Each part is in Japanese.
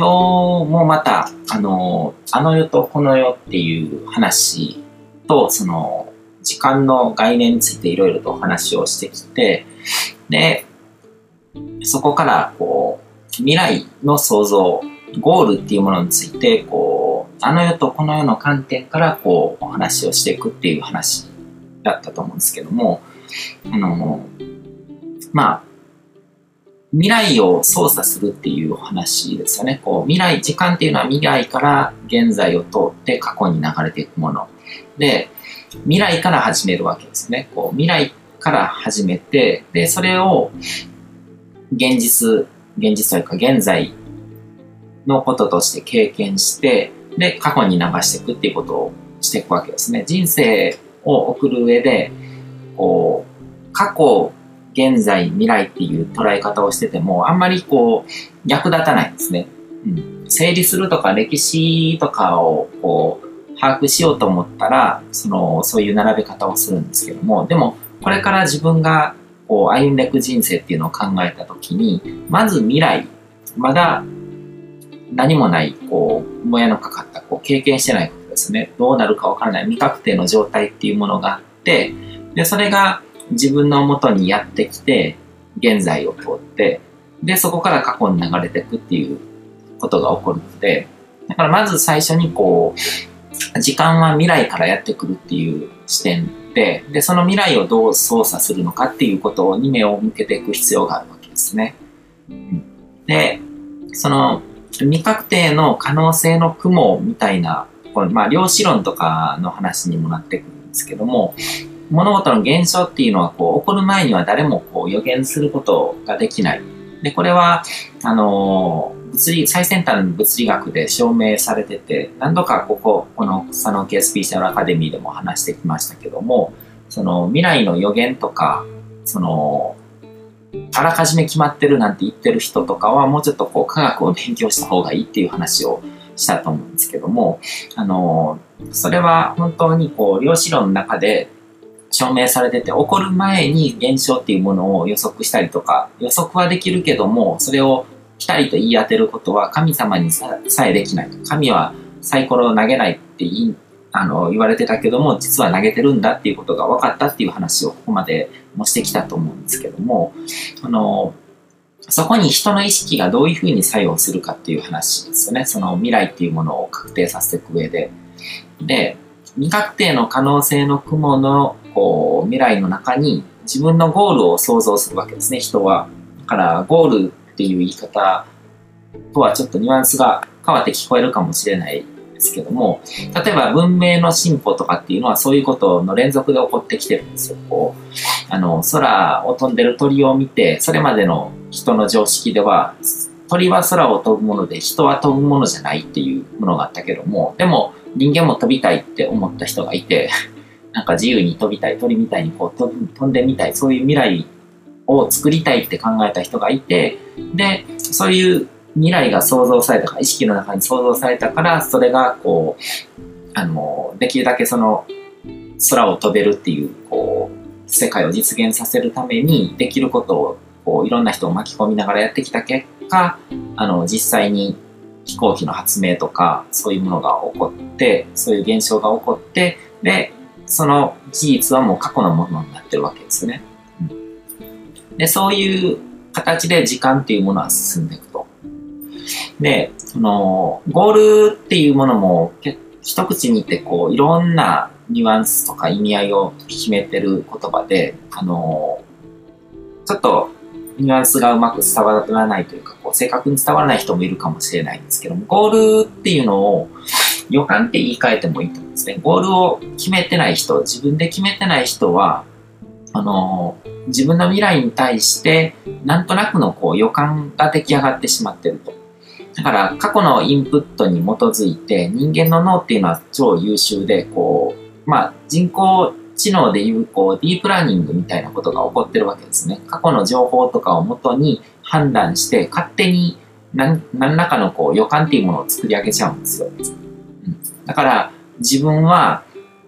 今日もまた、あの世とこの世っていう話と、その、時間の概念についていろいろとお話をしてきて、で、そこから、こう、未来の創造、ゴールっていうものについて、こう、あの世とこの世の観点から、こう、お話をしていくっていう話だったと思うんですけども、まあ、未来を操作するっていうお話ですよね。こう未来、時間っていうのは未来から現在を通って過去に流れていくもの。で、未来から始めるわけですね。こう未来から始めて、で、それを現実というか現在のこととして経験して、で、過去に流していくっていうことをしていくわけですね。人生を送る上で、こう、過去、現在、未来っていう捉え方をしてても、あんまりこう、役立たないんですね。整理するとか歴史とかをこう、把握しようと思ったら、そういう並べ方をするんですけども、でも、これから自分がこう、歩んでいく人生っていうのを考えたときに、まず未来、まだ何もない、こう、もやのかかった、こう、経験してないことですね。どうなるかわからない未確定の状態っていうものがあって、で、それが、自分の元にやってきて、現在を通って、で、そこから過去に流れていくっていうことが起こるので、だからまず最初にこう、時間は未来からやってくるっていう視点で、その未来をどう操作するのかっていうことに目を向けていく必要があるわけですね。で、その未確定の可能性の雲みたいな、これ量子論とかの話にもなってくるんですけども、物事の現象っていうのはこう起こる前には誰もこう予見することができない。で、これは、最先端の物理学で証明されてて、何度かこの佐野系スピーチャルアカデミーでも話してきましたけども、その未来の予言とか、あらかじめ決まってるなんて言ってる人とかはもうちょっとこう科学を勉強した方がいいっていう話をしたと思うんですけども、それは本当にこう量子論の中で証明されてて、起こる前に現象っていうものを予測したりとか、予測はできるけども、それをピタリと言い当てることは神様にさえできない。神はサイコロを投げないって言われてたけども、実は投げてるんだっていうことが分かったっていう話をここまでもしてきたと思うんですけども、そこに人の意識がどういうふうに作用するかっていう話ですよね。その未来っていうものを確定させていく上で。で、未確定の可能性の雲のこう未来の中に自分のゴールを想像するわけですね、人は。だからゴールっていう言い方とはちょっとニュアンスが変わって聞こえるかもしれないですけども、例えば文明の進歩とかっていうのはそういうことの連続で起こってきてるんですよ。こう空を飛んでる鳥を見て、それまでの人の常識では鳥は空を飛ぶもので人は飛ぶものじゃないっていうものがあったけども、でも人間も飛びたいって思った人がいて、なんか自由に飛びたい、鳥みたいにこう飛んでみたい、そういう未来を作りたいって考えた人がいて、で、そういう未来が想像されたから、意識の中に想像されたから、それがこう、できるだけその空を飛べるっていう、こう、世界を実現させるためにできることを、こう、いろんな人を巻き込みながらやってきた結果、実際に飛行機の発明とか、そういうものが起こって、そういう現象が起こって、で、その事実はもう過去のものになってるわけですね。で、そういう形で時間っていうものは進んでいくと。で、ゴールっていうものも一口に言ってこういろんなニュアンスとか意味合いを秘めてる言葉で、ちょっとニュアンスがうまく伝わらないというか、こう正確に伝わらない人もいるかもしれないんですけども、ゴールっていうのを予感って言い換えてもいいと思うんですね。ゴールを決めてない人、自分で決めてない人は、自分の未来に対して、なんとなくのこう予感が出来上がってしまっていると。だから過去のインプットに基づいて、人間の脳っていうのは超優秀で、こう、人工知能でいうこうディープラーニングみたいなことが起こってるわけですね。過去の情報とかをもとに判断して、勝手に何らかのこう予感っていうものを作り上げちゃうんですよ。だから自分は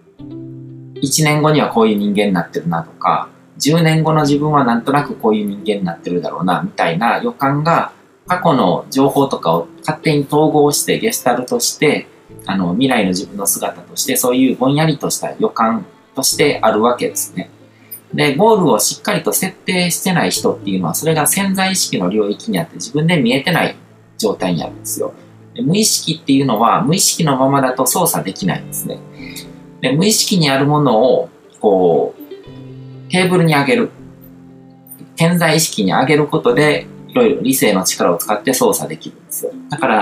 1年後にはこういう人間になってるなとか、10年後の自分はなんとなくこういう人間になってるだろうなみたいな予感が過去の情報とかを勝手に統合してゲシュタルトして、未来の自分の姿として、そういうぼんやりとした予感としてあるわけですね。で、ゴールをしっかりと設定してない人っていうのは、それが潜在意識の領域にあって自分で見えてない状態にあるんですよ。で、無意識っていうのは、無意識のままだと操作できないんですね。で、無意識にあるものを、テーブルに上げる。潜在意識に上げることで、いろいろ理性の力を使って操作できるんですよ。だから、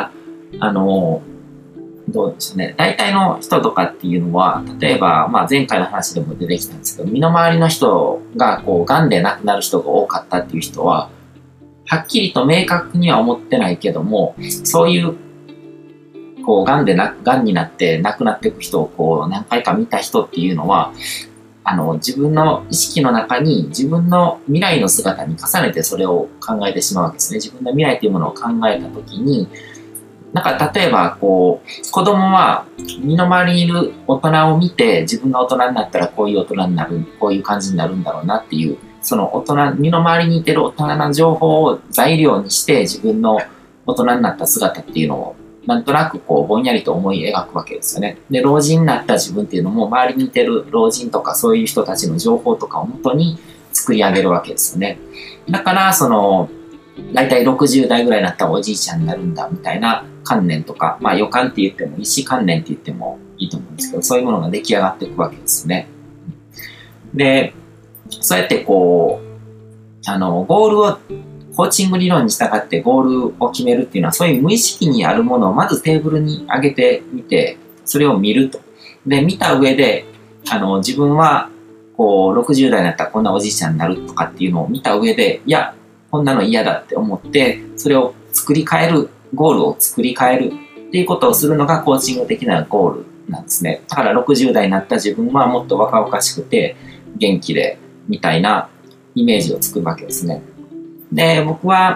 どうでしょうね。大体の人とかっていうのは、例えば、前回の話でも出てきたんですけど、身の回りの人が、癌で亡くなる人が多かったっていう人は、はっきりと明確には思ってないけども、そういう、癌になって亡くなっていく人を何回か見た人っていうのは、自分の意識の中に自分の未来の姿に重ねてそれを考えてしまうわけですね。自分の未来というものを考えたときに、例えば、子供は身の回りにいる大人を見て、自分が大人になったらこういう大人になる、こういう感じになるんだろうなっていう、その身の回りにいてる大人の情報を材料にして、自分の大人になった姿っていうのを、なんとなくぼんやりと思い描くわけですよね。で、老人になった自分っていうのも、周りにいてる老人とかそういう人たちの情報とかをもとに作り上げるわけですよね。だから、だいたい60代ぐらいになったらおじいちゃんになるんだみたいな観念とか、予感って言っても、意思観念って言ってもいいと思うんですけど、そういうものが出来上がっていくわけですね。で、そうやってゴールを、コーチング理論に従ってゴールを決めるっていうのは、そういう無意識にあるものをまずテーブルに上げてみて、それを見ると。で、見た上で、自分は、60代になったらこんなおじいちゃんになるとかっていうのを見た上で、いや、こんなの嫌だって思って、それをゴールを作り変えるっていうことをするのがコーチング的なゴールなんですね。だから60代になった自分はもっと若々しくて元気でみたいなイメージを作るわけですね。で、僕は、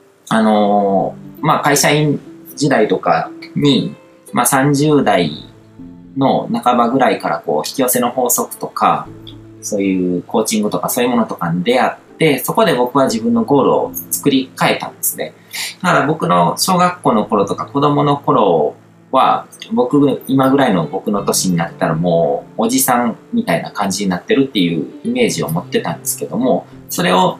会社員時代とかに、30代の半ばぐらいから引き寄せの法則とか、そういうコーチングとかそういうものとかに出会って、そこで僕は自分のゴールを作り変えたんですね。だから僕の小学校の頃とか子供の頃は、今ぐらいの僕の年になったらもうおじさんみたいな感じになってるっていうイメージを持ってたんですけども、それは、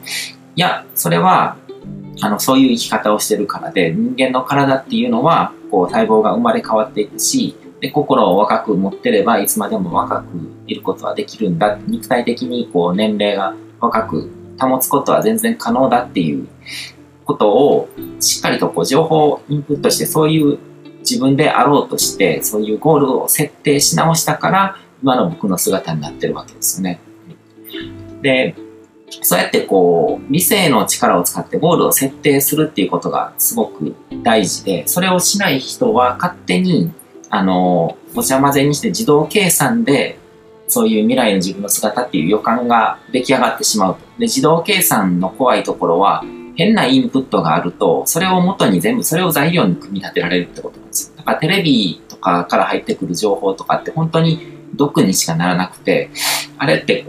そういう生き方をしてるからで、人間の体っていうのは、細胞が生まれ変わっていくし、で、心を若く持ってればいつまでも若くいることはできるんだ。肉体的に年齢が若く保つことは全然可能だっていうことをしっかりと情報をインプットして、そういう自分であろうとして、そういうゴールを設定し直したから、今の僕の姿になってるわけですよね。で、そうやって理性の力を使ってゴールを設定するっていうことがすごく大事で、それをしない人は勝手に、ごちゃ混ぜにして自動計算で、そういう未来の自分の姿っていう予感が出来上がってしまうと。で、自動計算の怖いところは、変なインプットがあると、それを元にそれを材料に組み立てられるってことなんですよ。だからテレビとかから入ってくる情報とかって本当に毒にしかならなくて、あれって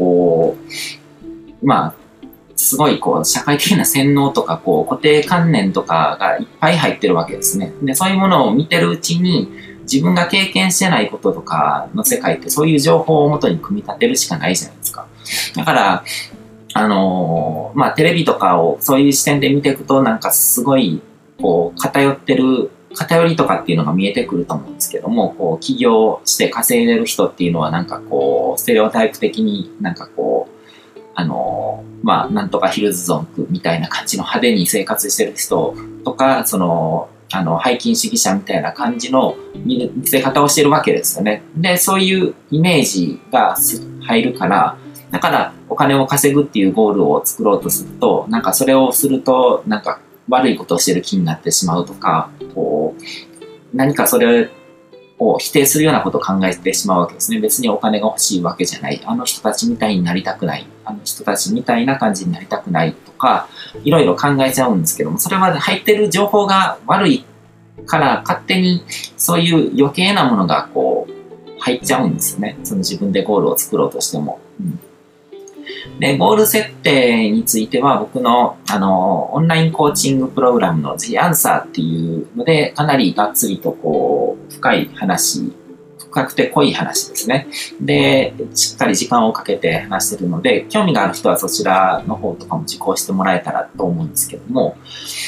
すごい社会的な洗脳とか固定観念とかがいっぱい入ってるわけですね。で、そういうものを見てるうちに、自分が経験してないこととかの世界ってそういう情報を元に組み立てるしかないじゃないですか。だから、テレビとかをそういう視点で見ていくとすごい、偏りとかっていうのが見えてくると思うんですけども、起業して稼いでる人っていうのはステレオタイプ的になんとかヒルズ族みたいな感じの派手に生活してる人とか、背筋主義者みたいな感じの見せ方をしてるわけですよね。で、そういうイメージが入るから、だからお金を稼ぐっていうゴールを作ろうとすると、それをすると、悪いことをしてる気になってしまうとか、何かそれを否定するようなことを考えてしまうわけですね。別にお金が欲しいわけじゃない。あの人たちみたいになりたくない。あの人たちみたいな感じになりたくないとか、いろいろ考えちゃうんですけども、それは入ってる情報が悪いから勝手にそういう余計なものが入っちゃうんですよね。その自分でゴールを作ろうとしても。 で、ゴール設定については僕の、オンラインコーチングプログラムの The Answer っていうので、かなりがっつりと深くて濃い話ですね。で、しっかり時間をかけて話してるので、興味がある人はそちらの方とかも受講してもらえたらと思うんですけども、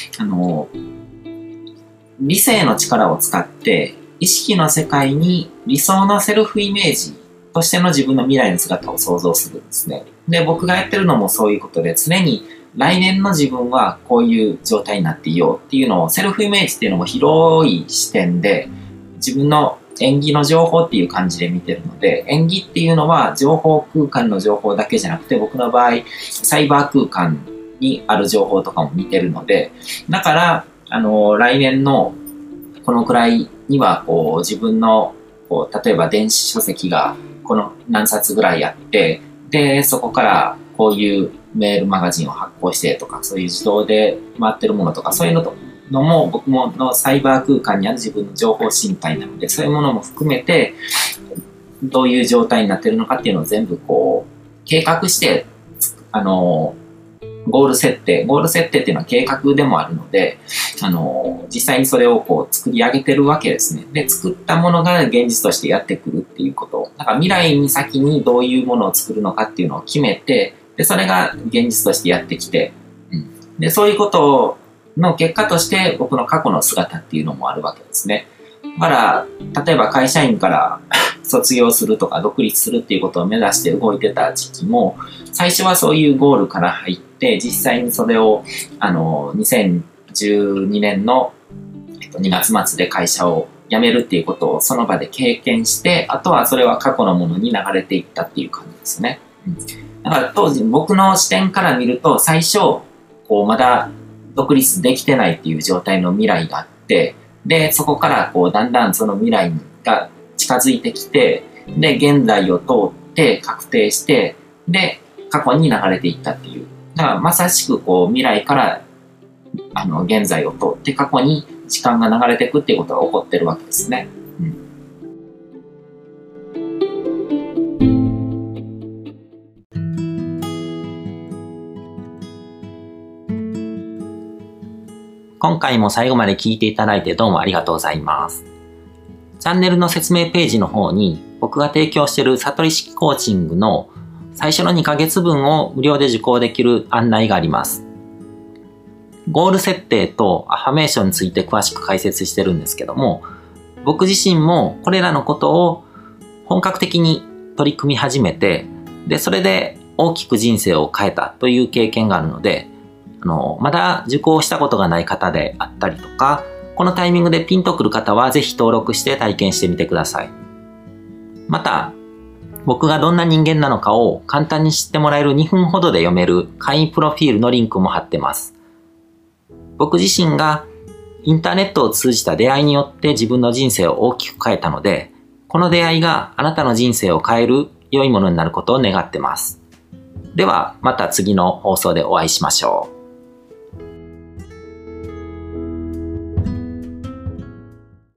理性の力を使って、意識の世界に理想のセルフイメージとしての自分の未来の姿を想像するんですね。で、僕がやってるのもそういうことで、常に来年の自分はこういう状態になっていようっていうのを、セルフイメージっていうのも広い視点で、自分の縁起の情報っていう感じで見てるので、縁起っていうのは情報空間の情報だけじゃなくて、僕の場合、サイバー空間にある情報とかも見てるので、だから、来年のこのくらいには、自分の、例えば電子書籍がこの何冊ぐらいあって、で、そこからこういうメールマガジンを発行してとか、そういう自動で回ってるものとか、そういうのも僕のサイバー空間にある自分の情報身体なので、そういうものも含めて、どういう状態になってるのかっていうのを全部計画して、ゴール設定っていうのは計画でもあるので、実際にそれを作り上げてるわけですね。で、作ったものが現実としてやってくるっていうこと。だから未来に先にどういうものを作るのかっていうのを決めて、で、それが現実としてやってきて、で、そういうことの結果として僕の過去の姿っていうのもあるわけですね。だから、例えば会社員から卒業するとか独立するっていうことを目指して動いてた時期も、最初はそういうゴールから入って、実際にそれを、2012年の2月末で会社を辞めるっていうことをその場で経験して、あとはそれは過去のものに流れていったっていう感じですね。だから当時僕の視点から見ると、最初、まだ独立できてないっていう状態の未来があって、で、そこからだんだんその未来が近づいてきて、で、現在を通って確定して、で、過去に流れていったっていう。だからまさしく未来から現在を通って過去に時間が流れていくっていうことが起こってるわけですね。今回も最後まで聞いていただいてどうもありがとうございます。チャンネルの説明ページの方に僕が提供している悟り式コーチングの最初の2ヶ月分を無料で受講できる案内があります。ゴール設定とアファメーションについて詳しく解説してるんですけども、僕自身もこれらのことを本格的に取り組み始めて、で、それで大きく人生を変えたという経験があるので、まだ受講したことがない方であったりとか、このタイミングでピンとくる方はぜひ登録して体験してみてください。また、僕がどんな人間なのかを簡単に知ってもらえる2分ほどで読める会員プロフィールのリンクも貼ってます。僕自身がインターネットを通じた出会いによって自分の人生を大きく変えたので、この出会いがあなたの人生を変える良いものになることを願ってます。では、また次の放送でお会いしましょう。